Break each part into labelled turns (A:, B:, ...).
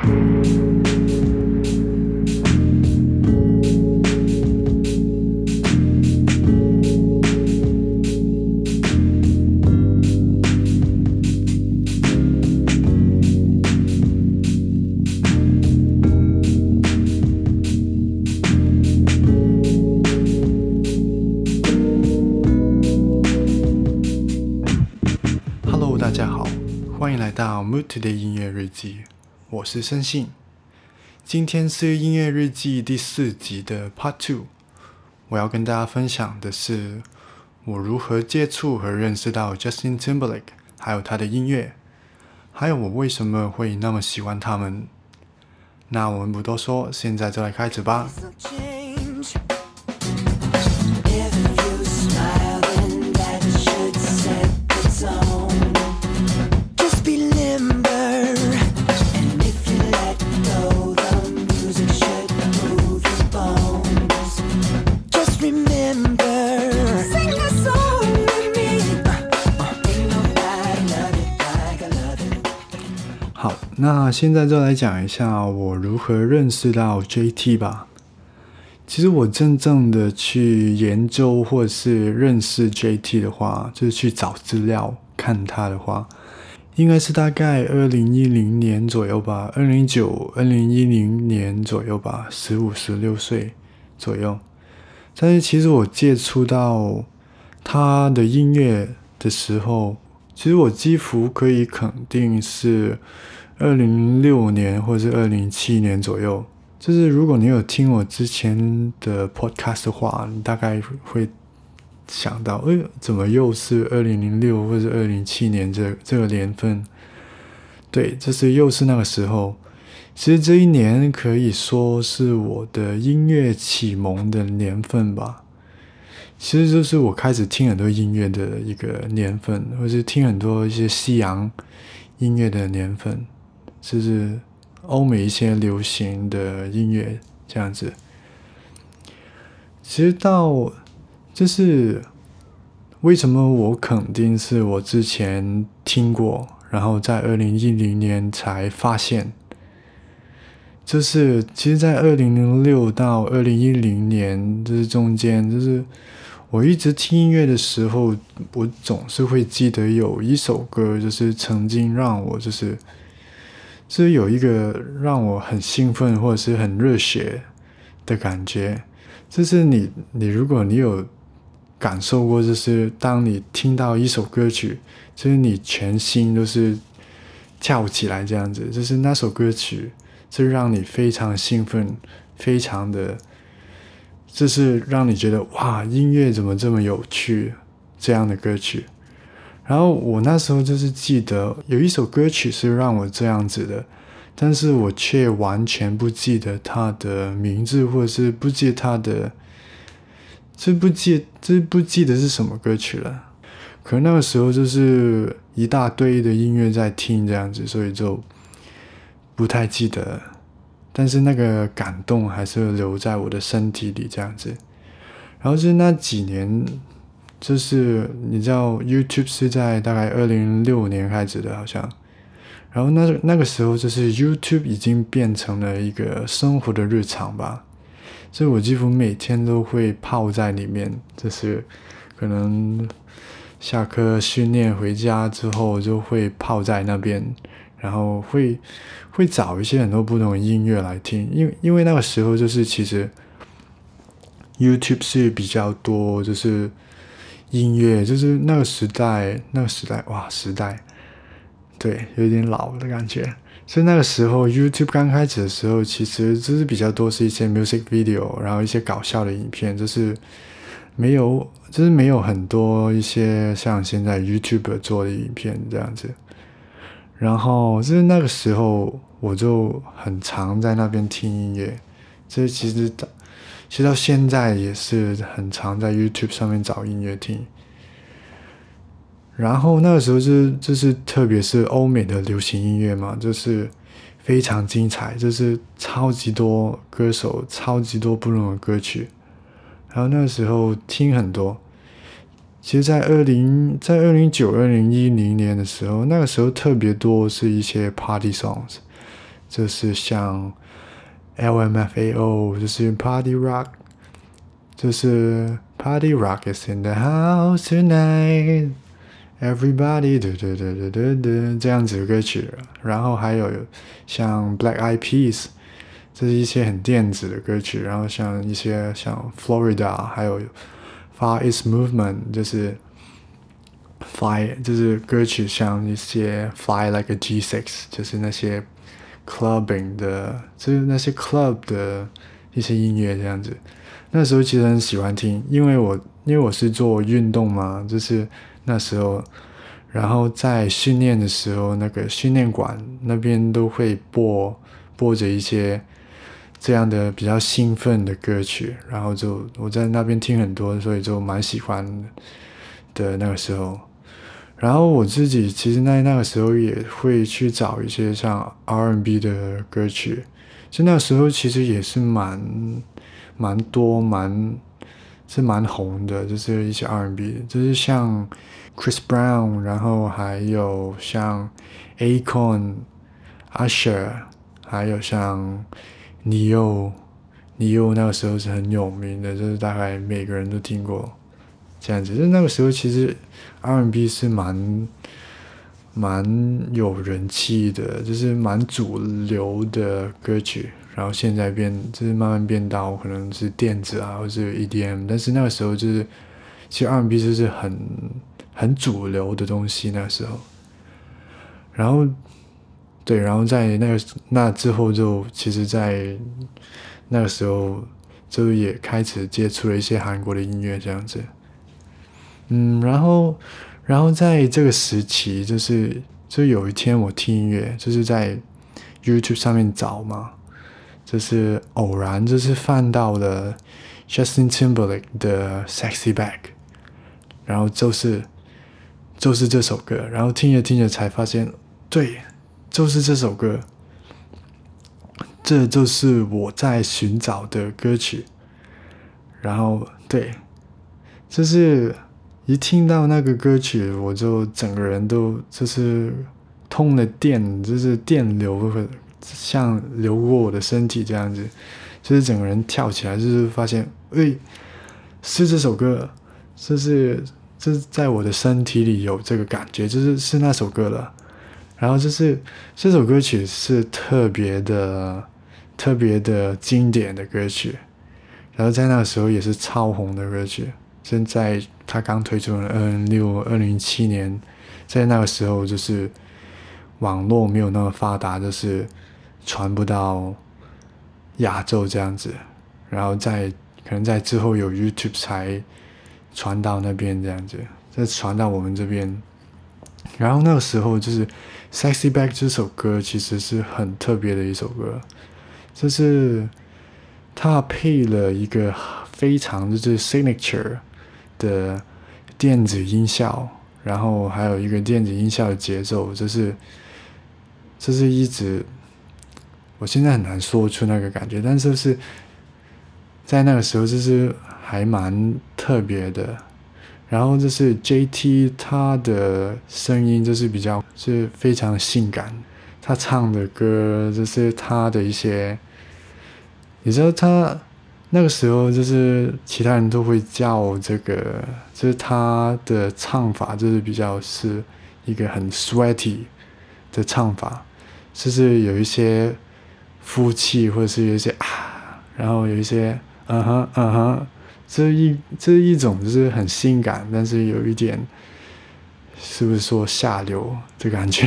A: 大家好，欢迎来到 Mood 的音乐日记，我是申信。今天是音乐日记第4集的 Part 2， 我要跟大家分享的是我如何接触和认识到 Justin Timberlake， 还有他的音乐，还有我为什么会那么喜欢他们。那我们不多说，现在就来开始吧。好，那现在就来讲一下我如何认识到 JT 吧。其实我真正的去研究或是认识 JT 的话，就是去找资料看他的话，应该是大概2010年左右吧，2009、2010年左右吧，15、16岁左右。但是其实我接触到他的音乐的时候，其实我几乎可以肯定是2006年或者是2007年左右。就是如果你有听我之前的 podcast 的话，你大概会想到怎么又是2006或者2007年这个年份。对，就是又是那个时候。其实这一年可以说是我的音乐启蒙的年份吧。其实就是我开始听很多音乐的一个年份，或是听很多一些西洋音乐的年份，就是欧美一些流行的音乐这样子。其实到就是为什么我肯定是我之前听过，然后在2010年才发现，就是其实在2006到2010年就是中间，就是我一直听音乐的时候，我总是会记得有一首歌，就是曾经让我就是有一个让我很兴奋或者是很热血的感觉。就是你如果你有感受过，就是当你听到一首歌曲，就是你全心都是跳起来这样子，就是那首歌曲是让你非常兴奋，非常的就是让你觉得哇，音乐怎么这么有趣，这样的歌曲。然后我那时候就是记得有一首歌曲是让我这样子的，但是我却完全不记得它的名字，或者是不记得它的不记得是什么歌曲了。可能那个时候就是一大堆的音乐在听这样子，所以就不太记得了。但是那个感动还是留在我的身体里这样子。然后就是那几年，就是你知道 YouTube 是在大概2006年开始的好像，然后那个时候就是 YouTube 已经变成了一个生活的日常吧，所以我几乎每天都会泡在里面，就是可能下课训练回家之后就会泡在那边，然后会找一些很多不同的音乐来听，因为那个时候就是其实 YouTube 是比较多就是音乐，就是那个时代哇，对，有点老的感觉。所以那个时候 YouTube 刚开始的时候，其实就是比较多是一些 music video， 然后一些搞笑的影片，就是没有很多一些像现在 YouTuber 做的影片这样子。然后就是那个时候我就很常在那边听音乐，这其实到现在也是很常在 YouTube 上面找音乐听。然后那个时候就是特别是欧美的流行音乐嘛，就是非常精彩，就是超级多歌手，超级多不同的歌曲。然后那个时候听很多。其实在2009、2010年的时候，那个时候特别多是一些 party songs， 就是像 LMFAO， 就是 Party Rock， 就是 Party Rock is in the house tonight， Everybody 这样子的歌曲。然后还有像 Black Eyed Peas， 这是一些很电子的歌曲。然后像一些像 Florida， 还有 Far East Movement， 就是就是歌曲，像一些 Fly Like a G6， 就是那些 clubbing 的，就是那些 club 的一些音乐这样子。那时候其实很喜欢听，因为我是做运动嘛，就是那时候，然后在训练的时候，那个训练馆那边都会播着一些这样的比较兴奋的歌曲，然后就我在那边听很多，所以就蛮喜欢的那个时候。然后我自己其实在那个时候也会去找一些像 R&B 的歌曲，就那个时候其实也是蛮红的，就是一些 R&B， 就是像 Chris Brown， 然后还有像 Akon、Usher， 还有像 Neo 那个时候是很有名的，就是大概每个人都听过这样子。就那个时候其实 R&B 是蛮有人气的，就是蛮主流的歌曲。然后现在就是慢慢变到可能是电子啊，或是 EDM， 但是那个时候就是其实 R&B 就是很主流的东西那时候。然后在那之后就其实在那个时候就也开始接触了一些韩国的音乐这样子。然后在这个时期就有一天我听音乐，就是在 YouTube 上面找嘛，就是偶然就是翻到了 Justin Timberlake 的 Sexy Back， 然后就是这首歌，然后听着听着才发现，对，就是这首歌，这就是我在寻找的歌曲。然后对，就是一听到那个歌曲，我就整个人都就是通了电，就是电流像流过我的身体这样子，就是整个人跳起来，就是发现，是这首歌，就是在我的身体里有这个感觉，是那首歌了。然后就是这首歌曲是特别的经典的歌曲，然后在那个时候也是超红的歌曲。现在他刚推出的2007年，在那个时候就是网络没有那么发达，就是传不到亚洲这样子，然后可能在之后有 YouTube 才传到那边这样子，再传到我们这边。然后那个时候就是《Sexy Back》这首歌其实是很特别的一首歌，就是它配了一个非常就是 signature 的电子音效，然后还有一个电子音效的节奏，这是一直我现在很难说出那个感觉，但是在那个时候就是还蛮特别的。然后就是 JT 他的声音就是是非常性感，他唱的歌就是他的一些，你知道他那个时候就是其他人都会叫这个，就是他的唱法就是比较是一个很 sweaty 的唱法，就是有一些呼气，或者是有一些然后有一些这一种就是很性感，但是有一点是不是说下流的感觉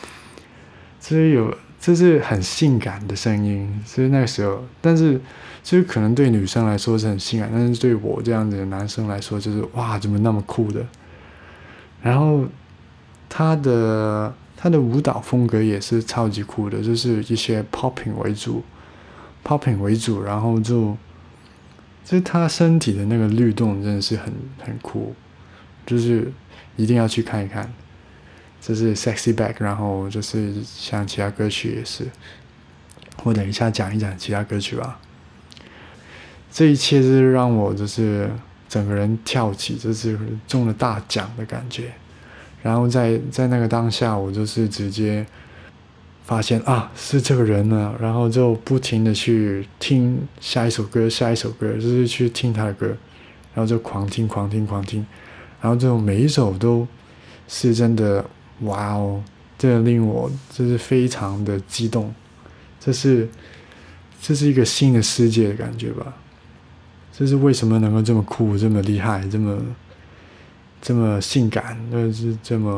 A: 这是很性感的声音，就是那个时候，但是就是可能对女生来说是很性感，但是对我这样子的男生来说就是哇怎么那么酷的。然后他的舞蹈风格也是超级酷的，就是一些 popping 为主，然后就是他身体的那个律动真的是很酷，就是一定要去看一看。这是 Sexy Back， 然后就是像其他歌曲也是，我等一下讲一讲其他歌曲吧。这一切是让我就是整个人跳起，就是中了大奖的感觉。然后在那个当下，我就是直接发现啊是这个人呢，然后就不停的去听下一首歌，就是去听他的歌，然后就狂听，然后就每一首都是真的哇哦，这令我就是非常的激动，这是一个新的世界的感觉吧。这是为什么能够这么酷，这么厉害，这么性感，就是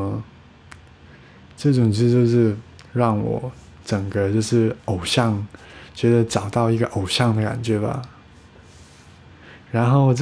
A: 这种就是让我整个就是偶像，觉得找到一个偶像的感觉吧。然后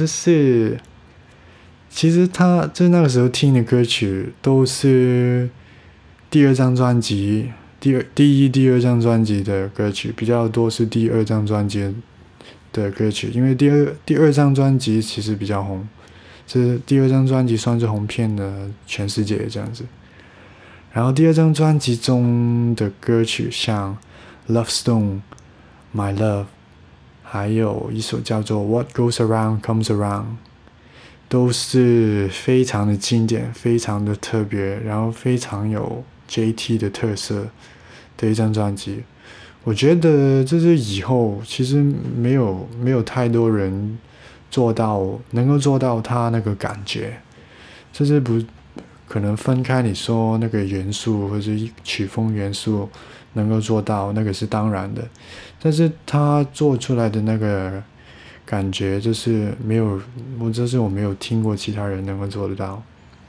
A: 其实他就那个时候听的歌曲都是第二张专辑，第二张专辑的歌曲比较多，是第二张专辑的歌曲，因为第二张专辑其实比较红，这第二张专辑算是红遍了全世界这样子。然后第二张专辑中的歌曲像 Love Stone、My Love， 还有一首叫做 What Goes Around Comes Around， 都是非常的经典，非常的特别，然后非常有 JT 的特色的一张专辑。我觉得这是以后其实没有太多人能够做到他那个感觉，就是不可能分开你说那个元素或者曲风元素能够做到，那个是当然的，但是他做出来的那个感觉就是我没有听过其他人能够做得到。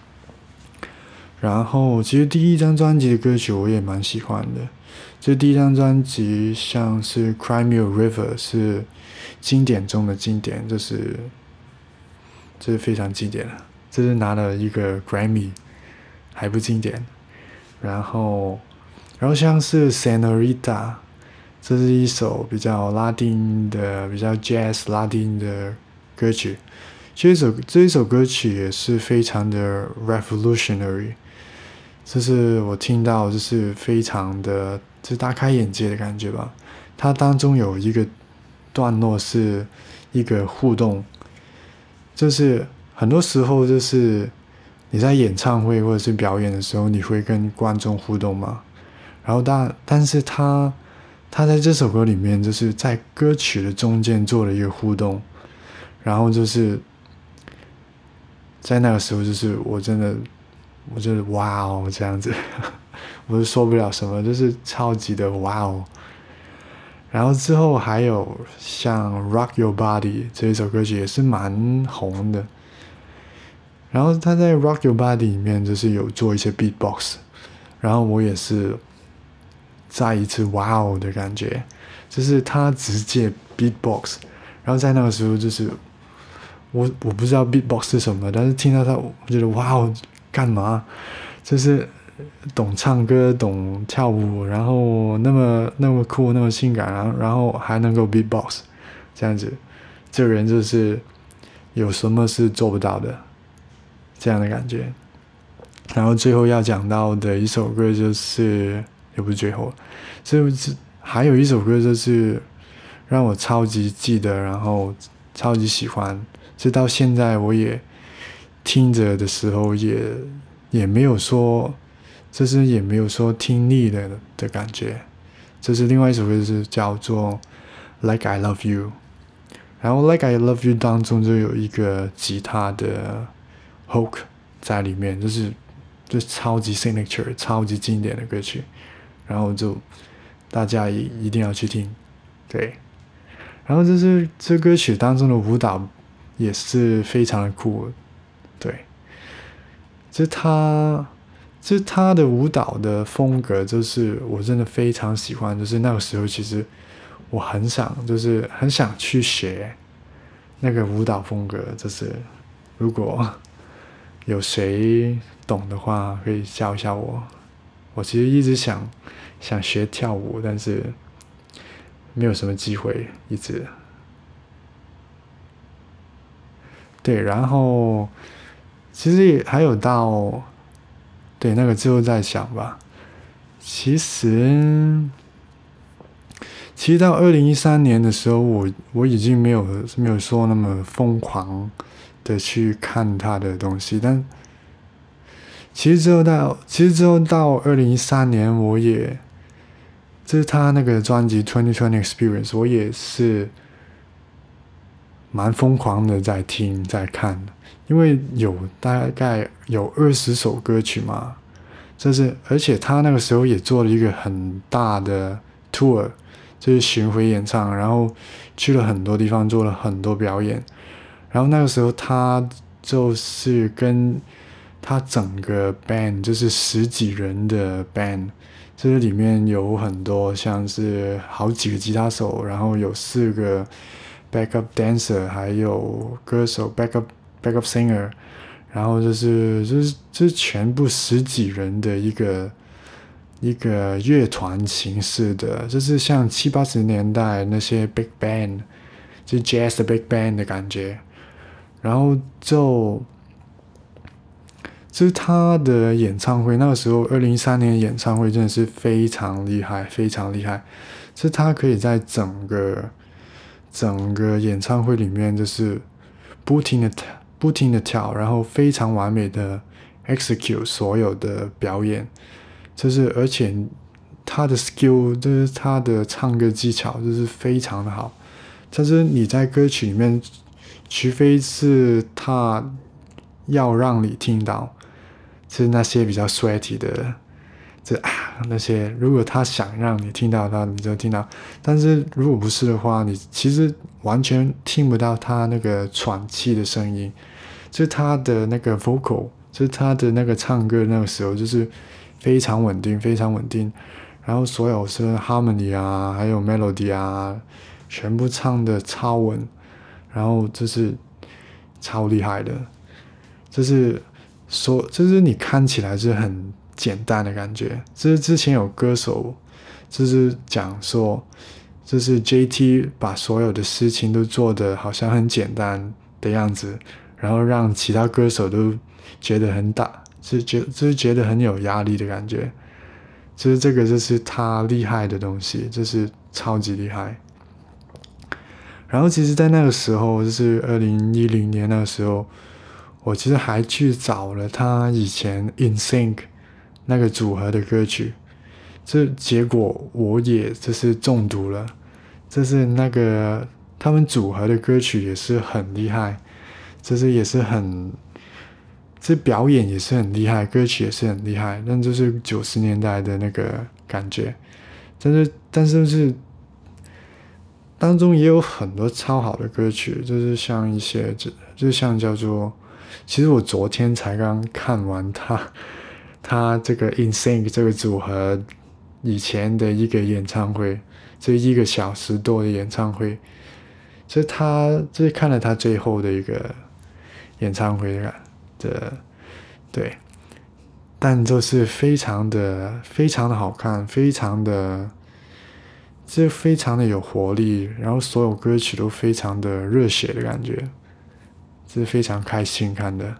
A: 然后其实第一张专辑的歌曲我也蛮喜欢的，这第一张专辑像是 Cry Me a River 是经典中的经典，这是非常经典的，这是拿了一个 Grammy 还不经典。然后像是 Senorita， 这是一首比较拉丁的比较 jazz 拉丁的歌曲，这一首歌曲也是非常的 revolutionary， 就是我听到就是非常的就是大开眼界的感觉吧。它当中有一个段落是一个互动，就是很多时候就是你在演唱会或者是表演的时候，你会跟观众互动嘛，然后但是他在这首歌里面就是在歌曲的中间做了一个互动，然后就是在那个时候就是我觉得哇哦这样子我就说不了什么，就是超级的哇哦。然后之后还有像 Rock Your Body 这一首歌曲也是蛮红的，然后他在 Rock Your Body 里面就是有做一些 beatbox， 然后我也是再一次哇哦的感觉，就是他直接 beatbox， 然后在那个时候就是我不知道 beatbox 是什么，但是听到他我觉得哇哦干嘛，就是懂唱歌懂跳舞，然后那么酷那么性感，然后还能够 beatbox 这样子，这个人就是有什么是做不到的这样的感觉。然后最后要讲到的一首歌就是也不是最后，就是还有一首歌就是让我超级记得，然后超级喜欢，直到现在我也听着的时候也没有说就是也没有说听腻了的感觉。这是另外一首歌是叫做 Like I Love You， 然后 Like I Love You 当中就有一个吉他的 hook 在里面，就是超级 signature 超级经典的歌曲，然后就大家也一定要去听。对，然后这歌曲当中的舞蹈也是非常的酷，对，他的舞蹈的风格就是我真的非常喜欢，就是那个时候其实我很想去学那个舞蹈风格，就是如果有谁懂的话可以教一下我。我其实一直想学跳舞，但是没有什么机会一直。对，然后其实也还有到对那个之后再想吧。其实到2013年的时候，我已经没有说那么疯狂的去看他的东西，但其实之后到2013年，我也这是他那个专辑2020 Experience， 我也是蛮疯狂的在听在看，因为大概有20首歌曲嘛，而且他那个时候也做了一个很大的 tour， 就是巡回演唱，然后去了很多地方做了很多表演，然后那个时候他就是跟他整个 band 就是10几人的 band， 这里面有很多像是好几个吉他手，然后有4个backup dancer， 还有歌手 backup singer， 然后就是全部10几人的一个乐团形式的，就是像70、80年代那些 big band， 就是 jazz 的 big band 的感觉。然后就是他的演唱会，那个时候2013年的演唱会真的是非常厉害，非常厉害。就是他可以在整个演唱会里面就是不停的跳，然后非常完美的 execute 所有的表演，就是而且他的 skill 就是他的唱歌技巧就是非常的好。但是你在歌曲里面，除非是他要让你听到，是那些比较 sweaty 的，那些如果他想让你听到他，你就听到。但是如果不是的话，你其实完全听不到他那个喘气的声音。就是他的那个 vocal， 就是他的那个唱歌那个时候就是非常稳定，非常稳定。然后所有是 harmony 啊，还有 melody 啊，全部唱的超稳，然后就是超厉害的。就是你看起来是很简单的感觉。就是之前有歌手就是讲说，就是 JT 把所有的事情都做得好像很简单的样子，然后让其他歌手都觉得很大，就是觉得很有压力的感觉。就是这个就是他厉害的东西，就是超级厉害。然后其实在那个时候，就是2010年那个时候，我其实还去找了他以前 NSYNC 那个组合的歌曲，结果我也就是中毒了。就是那个他们组合的歌曲也是很厉害，就是也是很，这表演也是很厉害，歌曲也是很厉害，但就是90年代的那个感觉。但是是当中也有很多超好的歌曲，就是像一些就是像叫做，其实我昨天才刚看完他这个 NSYNC 这个组合以前的一个演唱会，这1个小时多的演唱会，就是看了他最后的一个演唱会的，对，但就是非常的好看，非常的有活力，然后所有歌曲都非常的热血的感觉，是非常开心看的。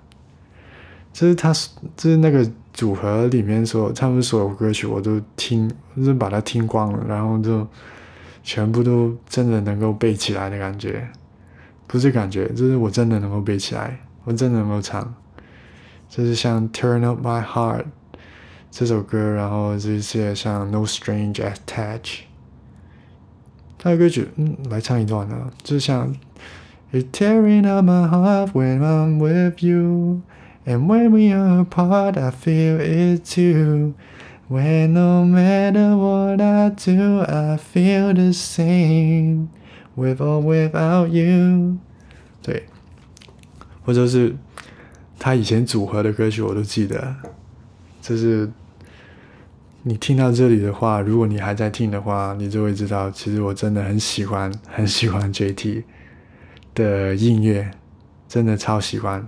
A: 就是那个组合里面他们所有歌曲我都就是把它听光了，然后就全部都真的能够背起来的感觉。不是感觉，就是我真的能够背起来，我真的能够唱。就是像 Turn Up My Heart 这首歌，然后这些像 No Strings Attached， 他的歌曲来唱一段呢，就像 You're tearing up my heart when I'm with you, and when we are apart I feel it too, when no matter what I do I feel the same, with or without you。 对，或者是他以前组合的歌曲我都记得。就是你听到这里的话，如果你还在听的话，你就会知道其实我真的很喜欢 JT 的音乐，真的超喜欢。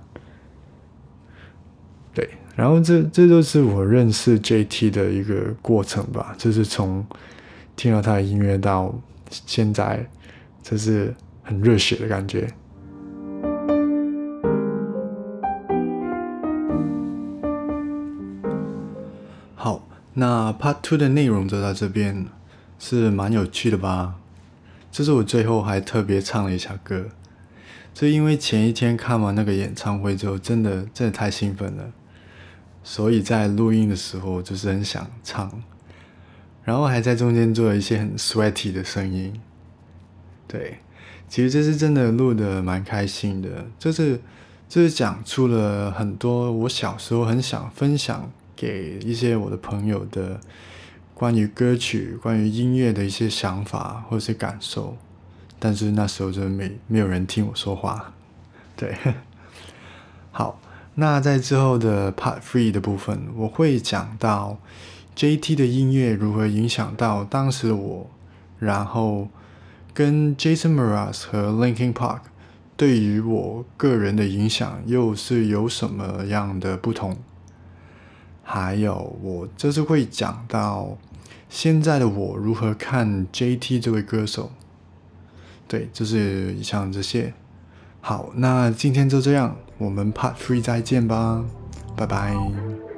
A: 对，然后这就是我认识 JT 的一个过程吧，就是从听到他的音乐到现在，就是很热血的感觉。好，那 Part 2的内容就到这边，是蛮有趣的吧？这是我最后还特别唱了一下歌，就因为前一天看完那个演唱会之后，真的太兴奋了，所以在录音的时候就是很想唱， 然后还在中间做了一些很 sweaty 的声音。对，其实这次真的录得蛮开心的，这是讲出了很多我小时候很想分享给一些我的朋友的关于歌曲、关于音乐的一些想法或是感受，但是那时候真的没有人听我说话。对，好，那在之后的 Part 3的部分，我会讲到 JT 的音乐如何影响到当时的我，然后跟 Jason Mraz 和 Linkin Park 对于我个人的影响又是有什么样的不同，还有我这次会讲到现在的我如何看 JT 这位歌手。对，就是以上这些。好，那今天就这样，我们 Part 3再见吧，拜拜。